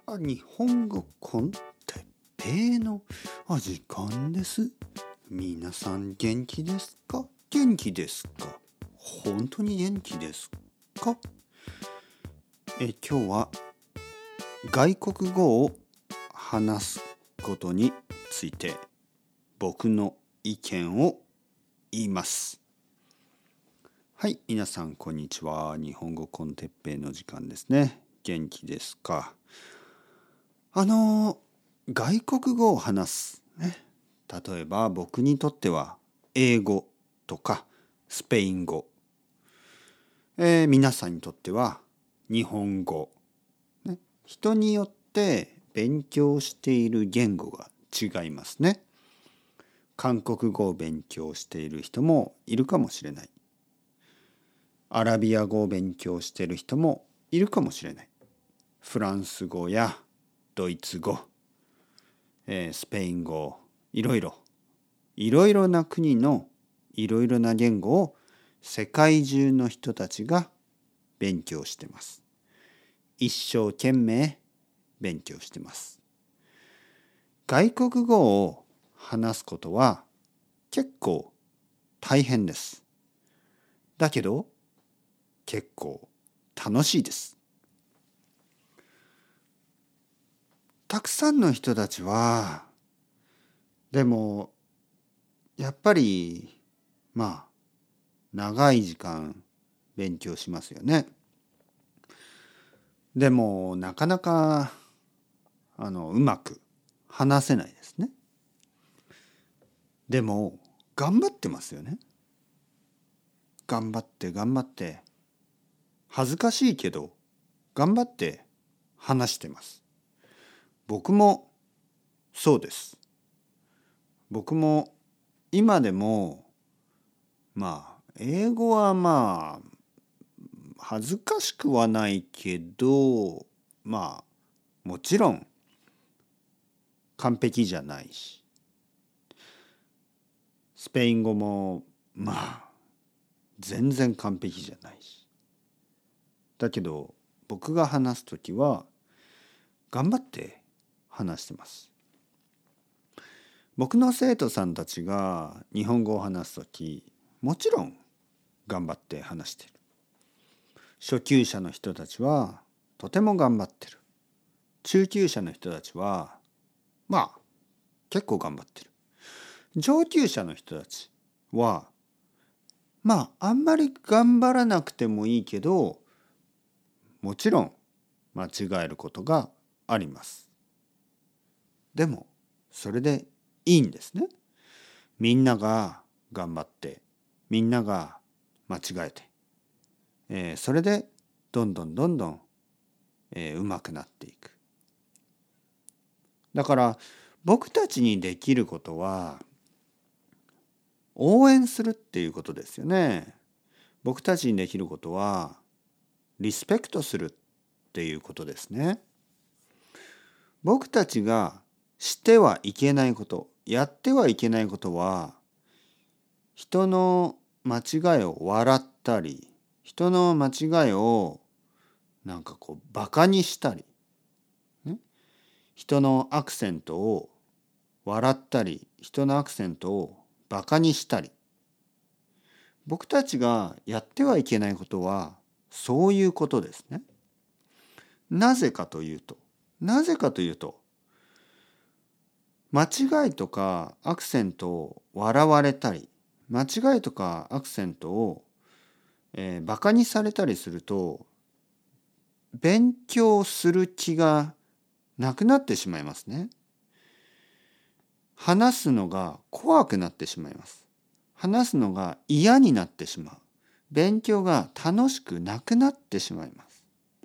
日本語コンテッペイの時間です。皆さん元気ですか？元気ですか？本当に元気ですか？今日は外国語を話すことについて僕の意見を言います。はい、皆さんこんにちは。日本語コンテッペイの時間ですね。元気ですか？外国語を話す、ね。例えば僕にとっては英語とかスペイン語、皆さんにとっては日本語、ね。人によって勉強している言語が違いますね。韓国語を勉強している人もいるかもしれない。アラビア語を勉強している人もいるかもしれない。フランス語やドイツ語、スペイン語、いろいろな国のいろいろな言語を世界中の人たちが勉強してます。一生懸命勉強してます。外国語を話すことは結構大変です。だけど結構楽しいです。たくさんの人たちはでもやっぱり長い時間勉強しますよね。でもなかなかうまく話せないですね。でも頑張ってますよね。頑張って恥ずかしいけど頑張って話してます。僕もそうです。僕も今でも英語は恥ずかしくはないけどもちろん完璧じゃないし、スペイン語も全然完璧じゃないし、だけど僕が話すときは頑張って話してます。僕の生徒さんたちが日本語を話すとき、もちろん頑張って話している。初級者の人たちはとても頑張ってる。中級者の人たちは結構頑張ってる。上級者の人たちはあんまり頑張らなくてもいいけど、もちろん間違えることがあります。でもそれでいいんですね。みんなが頑張ってみんなが間違えて、それでどんどん上手くなっていく。だから僕たちにできることは応援するっていうことですよね。僕たちにできることはリスペクトするっていうことですね。僕たちがしてはいけないこと、やってはいけないことは、人の間違いを笑ったり、人の間違いをバカにしたり、ね、人のアクセントを笑ったり、人のアクセントをバカにしたり。僕たちがやってはいけないことはそういうことですね。なぜかというと間違いとかアクセントを笑われたり、間違いとかアクセントを、バカにされたりすると、勉強する気がなくなってしまいますね。話すのが怖くなってしまいます。話すのが嫌になってしまう。勉強が楽しくなくなってしまいます。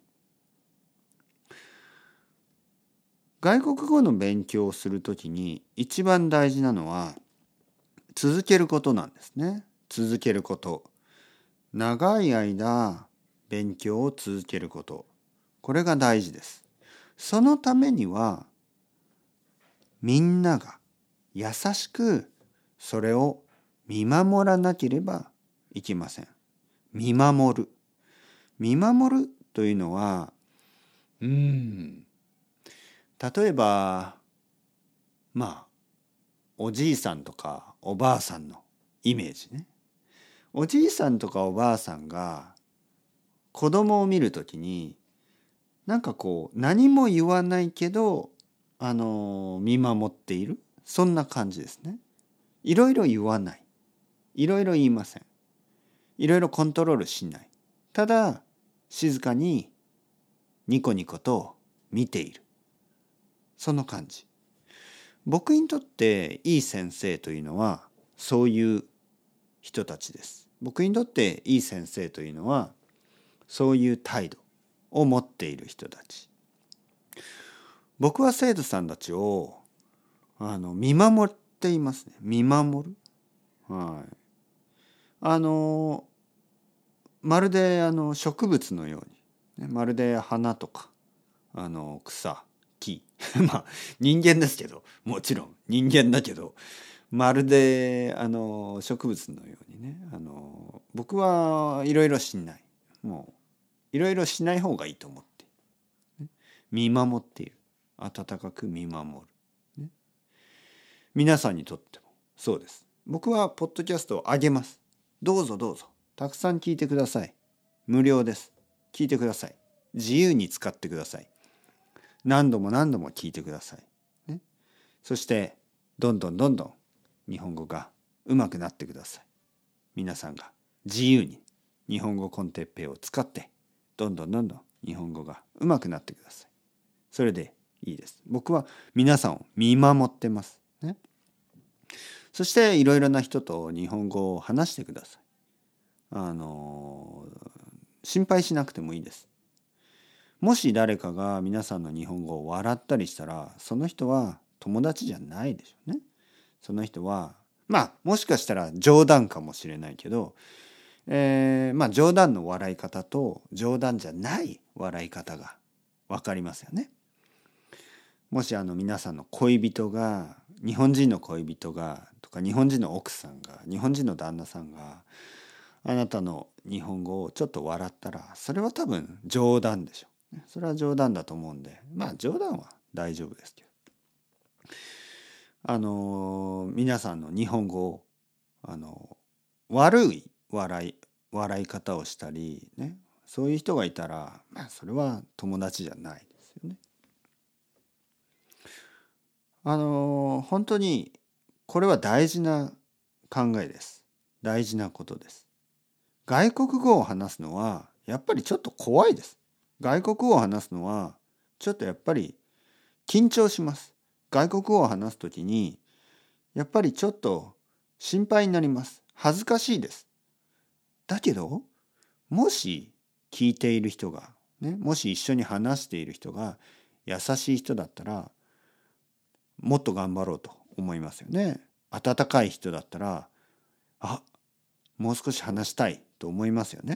外国語の勉強をするときに一番大事なのは続けることなんですね。続けること。長い間勉強を続けること。これが大事です。そのためにはみんなが優しくそれを見守らなければいけません。見守るというのは例えばおじいさんとかおばあさんのイメージね。おじいさんとかおばあさんが子供を見るときに何も言わないけど見守っている、そんな感じですね。いろいろ言わない、いろいろ言いません、いろいろコントロールしない、ただ静かにニコニコと見ている、その感じ。僕にとっていい先生というのはそういう人たちです。僕にとっていい先生というのはそういう態度を持っている人たち。僕は生徒さんたちを見守っていますね。見守る。はい。まるで植物のように、まるで花とか草木人間ですけど、もちろん人間だけど、まるで植物のようにね、僕はいろいろしない、もういろいろしない方がいいと思って、見守っている、温かく見守る、ね、皆さんにとってもそうです。僕はポッドキャストをあげます。どうぞどうぞたくさん聞いてください。無料です。聞いてください。自由に使ってください。何度も何度も聞いてください、ね、そしてどんどん日本語が上手くなってください。皆さんが自由に日本語コンテッペイを使ってどんどん日本語が上手くなってください。それでいいです。僕は皆さんを見守ってます、ね、そしていろいろな人と日本語を話してください。心配しなくてもいいです。もし誰かが皆さんの日本語を笑ったりしたら、その人は友達じゃないでしょうね。その人はもしかしたら冗談かもしれないけど、冗談の笑い方と冗談じゃない笑い方が分かりますよね。もし皆さんの恋人が、日本人の恋人がとか、日本人の奥さんが、日本人の旦那さんがあなたの日本語をちょっと笑ったら、それは多分冗談でしょう。それは冗談だと思うんで、冗談は大丈夫ですけど、皆さんの日本語を悪い笑い方をしたりね、そういう人がいたら、それは友達じゃないですよね。本当にこれは大事な考えです。大事なことです。外国語を話すのはやっぱりちょっと怖いです。外国語を話すのはちょっとやっぱり緊張します。外国語を話すときにやっぱりちょっと心配になります。恥ずかしいです。だけどもし聞いている人がね、もし一緒に話している人が優しい人だったらもっと頑張ろうと思いますよね。温かい人だったらもう少し話したいと思いますよね。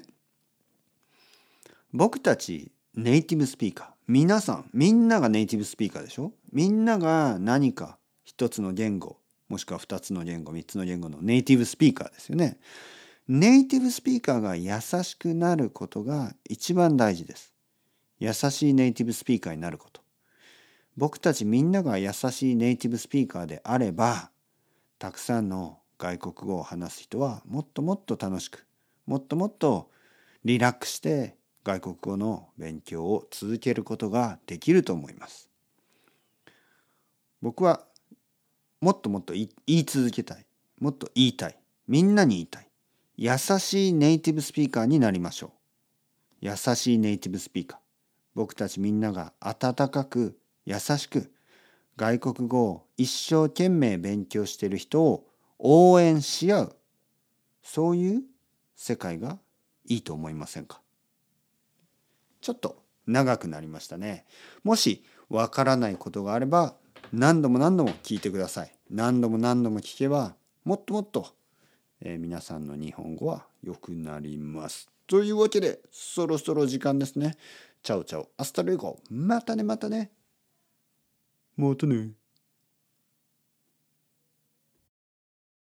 僕たちネイティブスピーカー、みんながネイティブスピーカーでしょ。みんなが何か一つの言語、もしくは二つの言語、三つの言語のネイティブスピーカーですよね。ネイティブスピーカーが優しくなることが一番大事です。優しいネイティブスピーカーになること。僕たちみんなが優しいネイティブスピーカーであれば、たくさんの外国語を話す人はもっともっと楽しく、もっともっとリラックスして外国語の勉強を続けることができると思います。僕はもっともっと言い続けたい。もっと言いたい。みんなに言いたい。優しいネイティブスピーカーになりましょう。優しいネイティブスピーカー。僕たちみんなが温かく優しく外国語を一生懸命勉強している人を応援し合う。そういう世界がいいと思いませんか？ちょっと長くなりましたね。もしわからないことがあれば何度も聞いてください。何度も聞けばもっともっと、皆さんの日本語は良くなります。というわけでそろそろ時間ですね。チャオチャオアスタルエゴ。またね。またね。